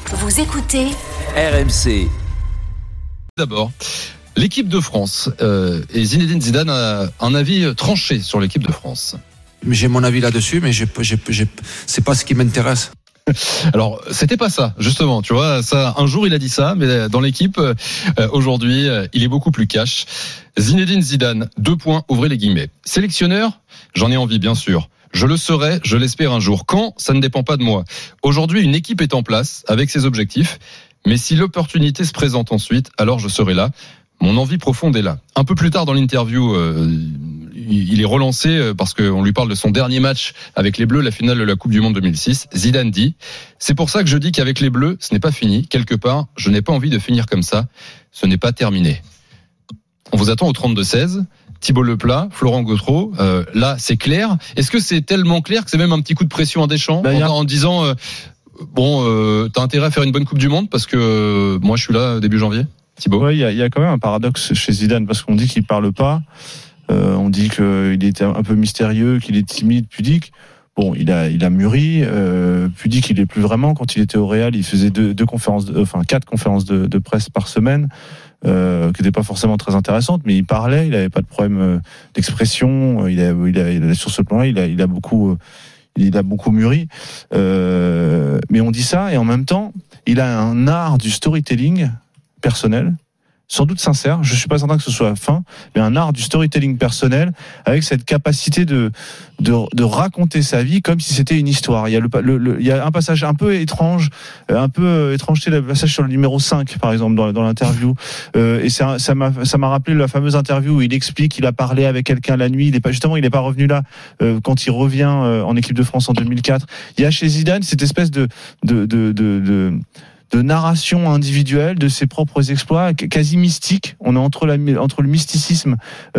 Vous écoutez RMC. D'abord, l'équipe de France et Zinedine Zidane a un avis tranché sur l'équipe de France. J'ai mon avis là-dessus, mais c'est pas ce qui m'intéresse. Alors, c'était pas ça, justement, tu vois, ça, un jour il a dit ça, mais dans l'équipe, aujourd'hui, il est beaucoup plus cash. Zinedine Zidane, 2 points, ouvrez les guillemets. Sélectionneur, j'en ai envie, bien sûr. Je le serai, je l'espère un jour. Quand, ça ne dépend pas de moi. Aujourd'hui, une équipe est en place, avec ses objectifs, mais si l'opportunité se présente ensuite, alors je serai là. Mon envie profonde est là. Un peu plus tard dans l'interview, il est relancé parce qu'on lui parle de son dernier match avec les Bleus, la finale de la Coupe du Monde 2006. Zidane dit « C'est pour ça que je dis qu'avec les Bleus, ce n'est pas fini. Quelque part, je n'ai pas envie de finir comme ça. Ce n'est pas terminé. » On vous attend au 32-16. Thibaut Leplat, Florent Gautreau, là c'est clair. Est-ce que c'est tellement clair que c'est même un petit coup de pression à Deschamps en disant t'as intérêt à faire une bonne Coupe du Monde parce que moi je suis là début janvier? Thibaut. Ouais, il y a quand même un paradoxe chez Zidane parce qu'on dit qu'il parle pas, on dit qu'il était un peu mystérieux, qu'il est timide, pudique. Bon, il a mûri, pudique il est plus vraiment. Quand il était au Real, il faisait 4 conférences de presse par semaine. Qui n'était pas forcément très intéressante, mais il parlait, il avait pas de problème d'expression, il a sur ce plan-là, il a beaucoup mûri. Mais on dit ça et en même temps, il a un art du storytelling personnel, sans doute sincère, je suis pas certain que ce soit fin, mais un art du storytelling personnel avec cette capacité de raconter sa vie comme si c'était une histoire. Il y a un passage un peu étrange, c'est le passage sur le numéro 5 par exemple dans l'interview, et ça m'a rappelé la fameuse interview où il explique qu'il a parlé avec quelqu'un la nuit, il est pas revenu là quand il revient en équipe de France en 2004. Il y a chez Zidane cette espèce de narration individuelle de ses propres exploits, quasi mystique. On est entre le mysticisme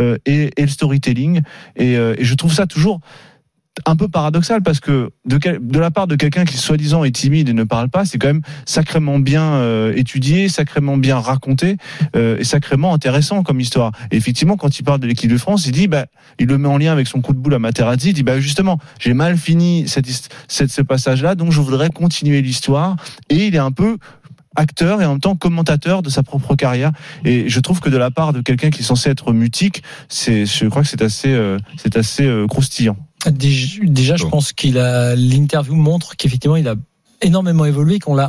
et le storytelling, et je trouve ça toujours un peu paradoxal parce que de la part de quelqu'un qui soi-disant est timide et ne parle pas, c'est quand même sacrément bien étudié, sacrément bien raconté et sacrément intéressant comme histoire. Et effectivement, quand il parle de l'équipe de France, il dit il le met en lien avec son coup de boule à Materazzi, il dit justement, j'ai mal fini ce passage-là, donc je voudrais continuer l'histoire, et il est un peu acteur et en même temps commentateur de sa propre carrière, et je trouve que de la part de quelqu'un qui est censé être mutique, je crois que c'est assez croustillant. Déjà, je pense l'interview montre qu'effectivement il a énormément évolué, qu'on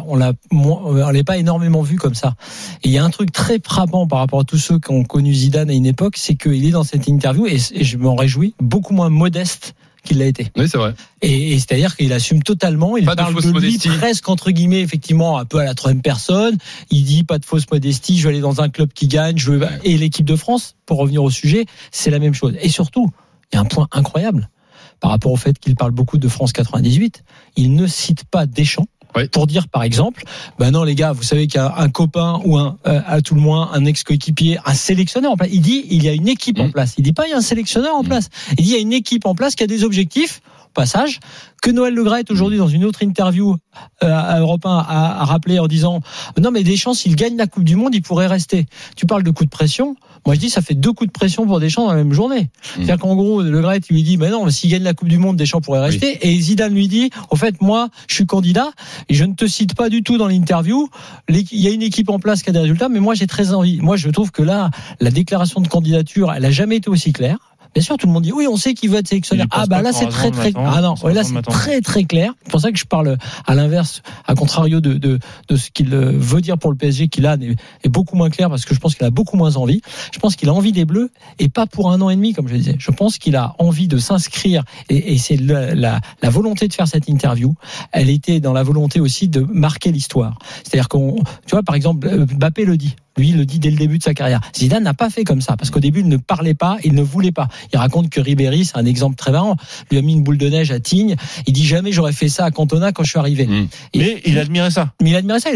l'ait pas énormément vu comme ça. Et il y a un truc très frappant par rapport à tous ceux qui ont connu Zidane à une époque, c'est qu'il est dans cette interview, et je m'en réjouis, beaucoup moins modeste qu'il l'a été. Oui, c'est vrai. Et c'est-à-dire qu'il assume totalement, il parle de lui presque entre guillemets, effectivement, un peu à la troisième personne. Il dit pas de fausse modestie, je vais aller dans un club qui gagne, et l'équipe de France, pour revenir au sujet, c'est la même chose. Et surtout, il y a un point incroyable par rapport au fait qu'il parle beaucoup de France 98, il ne cite pas Deschamps. Oui. Pour dire par exemple, non les gars, vous savez qu'il y a un copain ou à tout le moins un ex-coéquipier, un sélectionneur en place. Il dit il y a une équipe en place. Il dit pas il y a un sélectionneur en place. Il dit il y a une équipe en place qui a des objectifs. Passage que Noël Le Graët aujourd'hui dans une autre interview à Europe 1 a rappelé en disant non mais Deschamps s'il gagne la Coupe du Monde il pourrait rester. Tu parles de coup de pression, moi je dis ça fait 2 coups de pression pour Deschamps dans la même journée. C'est-à-dire qu'en gros Le Graët lui dit non mais s'il gagne la Coupe du Monde Deschamps pourrait rester, et Zidane lui dit au fait moi je suis candidat et je ne te cite pas du tout dans l'interview, il y a une équipe en place qui a des résultats, mais moi j'ai très envie. Moi je trouve que là la déclaration de candidature elle a jamais été aussi claire. Bien sûr, tout le monde dit oui, on sait qu'il va être sélectionneur. Là c'est très très là c'est très très clair. C'est pour ça que je parle à l'inverse, à contrario de ce qu'il veut dire pour le PSG, qui là est beaucoup moins clair, parce que je pense qu'il a beaucoup moins envie. Je pense qu'il a envie des Bleus, et pas pour 1 an et demi comme je le disais. Je pense qu'il a envie de s'inscrire, et c'est la volonté de faire cette interview. Elle était dans la volonté aussi de marquer l'histoire. C'est-à-dire tu vois par exemple Mbappé le dit. Lui, il le dit dès le début de sa carrière. Zidane n'a pas fait comme ça, parce qu'au début, il ne parlait pas, il ne voulait pas. Il raconte que Ribéry, c'est un exemple très marrant, lui a mis une boule de neige à Tignes. Il dit jamais j'aurais fait ça à Cantona quand je suis arrivé. Mais il admirait ça. Il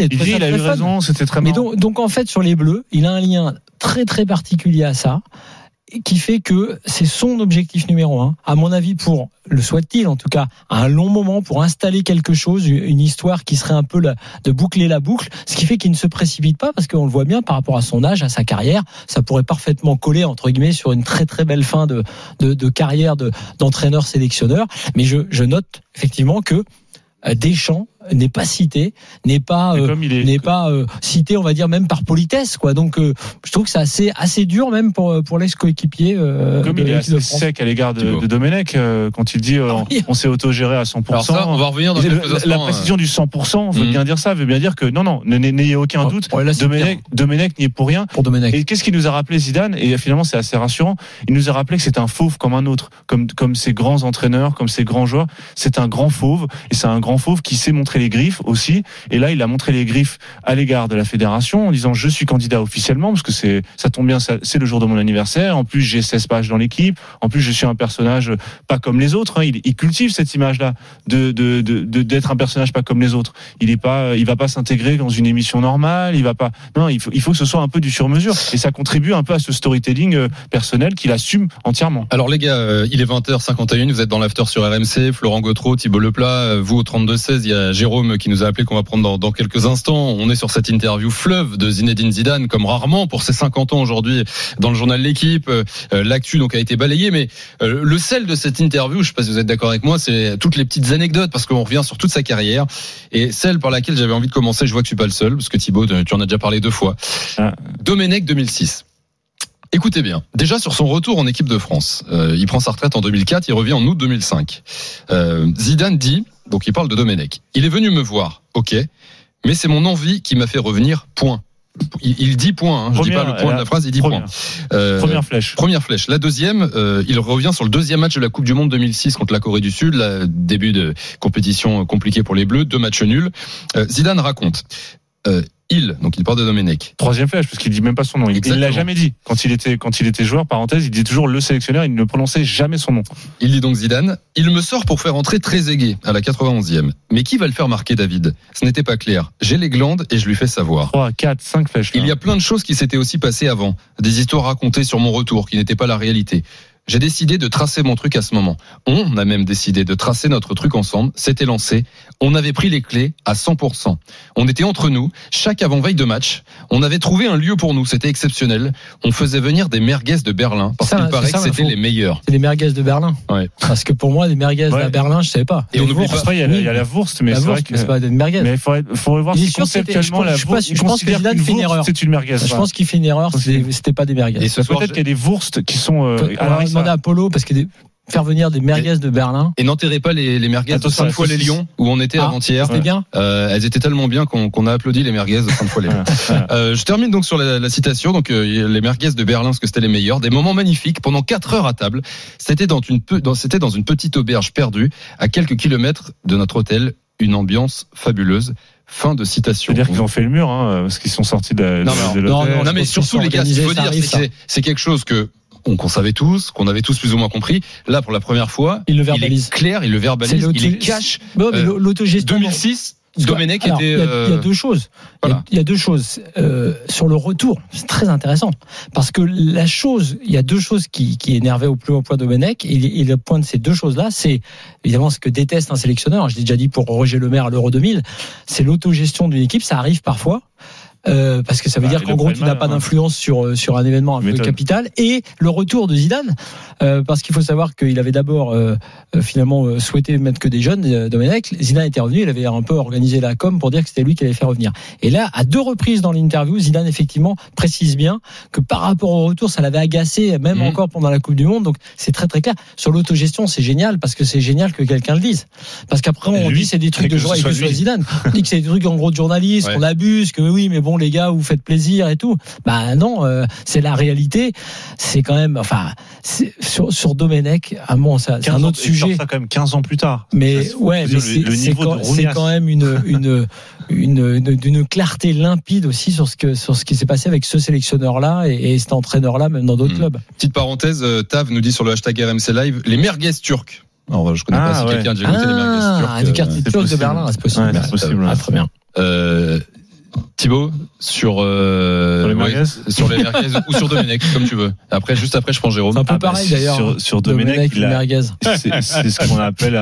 a eu raison, c'était très marrant. Mais donc en fait, sur les Bleus, il a un lien très très particulier à ça, qui fait que c'est son objectif numéro 1, à mon avis, pour, le souhaite-t-il en tout cas, à un long moment, pour installer quelque chose, une histoire qui serait un peu de boucler la boucle, ce qui fait qu'il ne se précipite pas, parce qu'on le voit bien par rapport à son âge, à sa carrière, ça pourrait parfaitement coller entre guillemets sur une très très belle fin de carrière d'entraîneur sélectionneur. Mais je note effectivement que Deschamps n'est pas cité, n'est pas cité, on va dire même par politesse, quoi. Donc je trouve que c'est assez dur même pour l'ex-coéquipier. Comme il est assez sec à l'égard de Domenech quand il dit on s'est autogéré à 100%. Alors ça, on va revenir dans quelques instants. La précision du 100% veut bien dire ça, veut bien dire que non, n'ayez aucun doute. Domenech n'y est pour rien. Pour Domenech. Et qu'est-ce qu'il nous a rappelé Zidane? Et finalement c'est assez rassurant. Il nous a rappelé que c'est un fauve comme un autre, comme ces grands entraîneurs, comme ces grands joueurs. C'est un grand fauve et c'est un grand fauve qui sait montrer les griffes aussi. Et là, il a montré les griffes à l'égard de la fédération en disant je suis candidat officiellement parce que ça tombe bien, c'est le jour de mon anniversaire. En plus, j'ai 16 pages dans l'équipe. En plus, je suis un personnage pas comme les autres. Il cultive cette image-là d'être un personnage pas comme les autres. Il va pas s'intégrer dans une émission normale. Il faut que ce soit un peu du sur-mesure. Et ça contribue un peu à ce storytelling personnel qu'il assume entièrement. Alors les gars, il est 20h51. Vous êtes dans l'after sur RMC. Florent Gautreau, Thibault Leplat, vous au 32-16. Il y a Jérôme qui nous a appelé qu'on va prendre dans quelques instants. On est sur cette interview fleuve de Zinedine Zidane, comme rarement pour ses 50 ans aujourd'hui dans le journal L'Équipe. L'actu donc a été balayée, mais le sel de cette interview, je sais pas si vous êtes d'accord avec moi, c'est toutes les petites anecdotes parce qu'on revient sur toute sa carrière et celle par laquelle j'avais envie de commencer. Je vois que je suis pas le seul parce que Thibaut, tu en as déjà parlé 2 fois. Domenech 2006. Écoutez bien, déjà sur son retour en équipe de France, il prend sa retraite en 2004, il revient en août 2005. Zidane dit, donc il parle de Domenech, il est venu me voir, ok, mais c'est mon envie qui m'a fait revenir, point. Il dit point, je dis pas le point de la phrase, il dit point. Première flèche. La deuxième, il revient sur le deuxième match de la Coupe du Monde 2006 contre la Corée du Sud, début de compétition compliquée pour les Bleus, 2 matchs nuls. Zidane raconte. Donc il parle de Domenech. Troisième flèche, parce qu'il dit même pas son nom. Il l'a jamais dit. Quand il était joueur, parenthèse, il dit toujours le sélectionneur, il ne prononçait jamais son nom. Il dit donc Zidane, il me sort pour faire entrer Trezeguet à la 91e. Mais qui va le faire marquer, David? Ce n'était pas clair. J'ai les glandes et je lui fais savoir. 3, 4, 5 flèches. Il y a plein de choses qui s'étaient aussi passées avant. Des histoires racontées sur mon retour qui n'étaient pas la réalité. J'ai décidé de tracer mon truc à ce moment. On a même décidé de tracer notre truc ensemble. C'était lancé. On avait pris les clés à 100%. On était entre nous, chaque avant-veille de match. On avait trouvé un lieu pour nous. C'était exceptionnel. On faisait venir des merguez de Berlin parce qu'il paraît que c'était les meilleurs. C'est les merguez de Berlin. Ouais. Parce que pour moi, les merguez à Berlin, je savais pas. Et on n'oublie pas, il y a la Wurst, mais c'est vrai que c'est pas des merguez. Mais il faudrait voir si conceptuellement la Wurst, je pense que Zidane fait une erreur. C'est une merguez. Je pense qu'il fait une erreur. C'était pas des merguez. Et peut-être qu'il y a des Wurst qui sont. Alors on demande à Apollo parce que faire venir des merguez de Berlin. Et n'enterrez pas les merguez de Sainte-Foy-les-Lyons où on était avant-hier. C'était bien. Elles étaient tellement bien qu'on a applaudi les merguez de Sainte-Foy-les-Lyons. Je termine donc sur la citation. Donc les merguez de Berlin, parce que c'était les meilleurs, des moments magnifiques pendant 4 heures à table. C'était dans une petite auberge perdue à quelques kilomètres de notre hôtel. Une ambiance fabuleuse. Fin de citation. C'est-à-dire qu'ils ont fait le mur, parce qu'ils sont sortis de l'hôtel. Non, mais surtout les gars, ce qu'il faut dire, c'est quelque chose qu'on savait tous, qu'on avait tous plus ou moins compris. Là, pour la première fois, il est clair, il le verbalise, il est cash. L'autogestion 2006, Domenech était. Il y a 2 choses. Voilà. Il y a 2 choses sur le retour. C'est très intéressant parce que il y a 2 choses qui énervaient au plus haut point Domenech. Et le point de ces 2 choses-là, c'est évidemment ce que déteste un sélectionneur. Je l'ai déjà dit pour Roger Lemaire à l'Euro 2000. C'est l'autogestion d'une équipe. Ça arrive parfois. Parce que ça veut dire qu'en gros tu n'as pas d'influence sur un événement un peu capital. Et le retour de Zidane, parce qu'il faut savoir qu'il avait d'abord finalement souhaité mettre que des jeunes, Domenech. Zidane était revenu, il avait un peu organisé la com pour dire que c'était lui qui allait faire revenir. Et là, à 2 reprises dans l'interview, Zidane effectivement précise bien que par rapport au retour, ça l'avait agacé même encore pendant la Coupe du Monde. Donc c'est très très clair. Sur l'autogestion, c'est génial parce que c'est génial que quelqu'un le dise. Parce qu'après on dit c'est des trucs de joueurs et que ce soit Zidane. On dit que c'est des trucs en gros de journalistes, qu'on abuse, que oui mais bon les gars vous faites plaisir et tout. Bah non, c'est la réalité. C'est quand même, sur Domenech, à mon c'est un autre sujet. Ça quand même 15 ans plus tard. Mais c'est quand même une clarté limpide aussi sur ce qui s'est passé avec ce sélectionneur-là et cet entraîneur-là, même dans d'autres clubs. Petite parenthèse, Tav nous dit sur le hashtag RMC Live, les merguez turcs. Alors, je connais pas si quelqu'un a déjà goûté les merguez turcs. Du quartier turc de Berlin, c'est possible. C'est possible. Très bien. Thibaut, sur les merguez ou sur Domenech, comme tu veux. Juste après, je prends Jérôme. C'est un peu pareil d'ailleurs. Sur Domenech, c'est ce qu'on appelle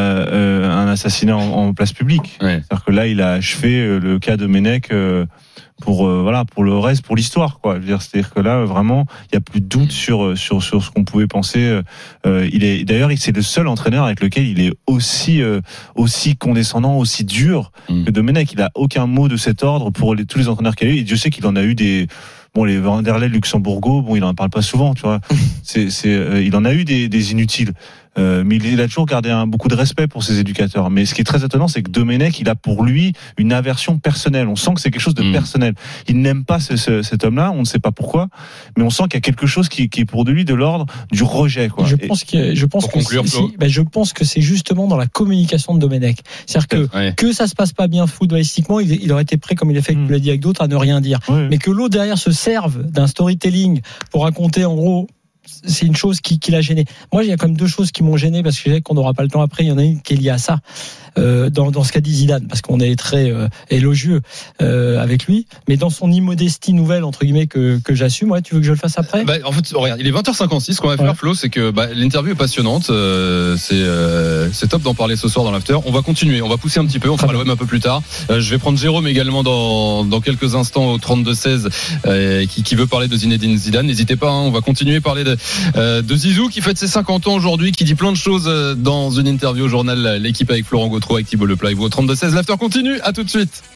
un assassinat en place publique. Ouais. C'est-à-dire que là, il a achevé le cas Domenech pour le reste, pour l'histoire, quoi. Je veux dire, c'est-à-dire que là, vraiment, il y a plus de doute sur ce qu'on pouvait penser. C'est le seul entraîneur avec lequel il est aussi condescendant, aussi dur que Domenech. Il a aucun mot de cet ordre pour tous les entraîneurs qu'il a eu. Et Dieu sait qu'il en a eu des. Bon, les Vanderlei, Luxembourgo, il en parle pas souvent, tu vois. Il en a eu des inutiles. Mais il a toujours gardé beaucoup de respect pour ses éducateurs. Mais ce qui est très étonnant, c'est que Domenech, il a pour lui une aversion personnelle. On sent que c'est quelque chose de personnel. Il n'aime pas cet homme-là, on ne sait pas pourquoi, mais on sent qu'il y a quelque chose qui est pour lui de l'ordre du rejet, quoi. Je pense que c'est justement dans la communication de Domenech. C'est-à-dire que ça se passe pas bien footballistiquement, il aurait été prêt, comme il a fait, tu l'as dit avec d'autres, à ne rien dire. Oui. Mais que l'autre derrière se serve d'un storytelling pour raconter, en gros, c'est une chose qui l'a gêné. Moi, il y a quand même deux choses qui m'ont gêné, parce que je sais qu'on n'aura pas le temps après. Il y en a une qui est liée à ça, dans ce qu'a dit Zidane, parce qu'on est très élogieux avec lui, mais dans son immodestie nouvelle, entre guillemets, que j'assume. Ouais, tu veux que je le fasse après? En fait, regarde, il est 20h56. Ce qu'on va faire, Flo, c'est que l'interview est passionnante. C'est top d'en parler ce soir dans l'after. On va continuer, on va pousser un petit peu, on fera le web un peu plus tard. Je vais prendre Jérôme également dans quelques instants au 32-16 qui veut parler de Zinedine Zidane. N'hésitez pas, on va continuer à parler de Zizou qui fête ses 50 ans aujourd'hui, qui dit plein de choses dans une interview au journal L'équipe avec Florent Gautreau, avec Thibault Leplat. Et vous au 32-16, l'after continue, à tout de suite.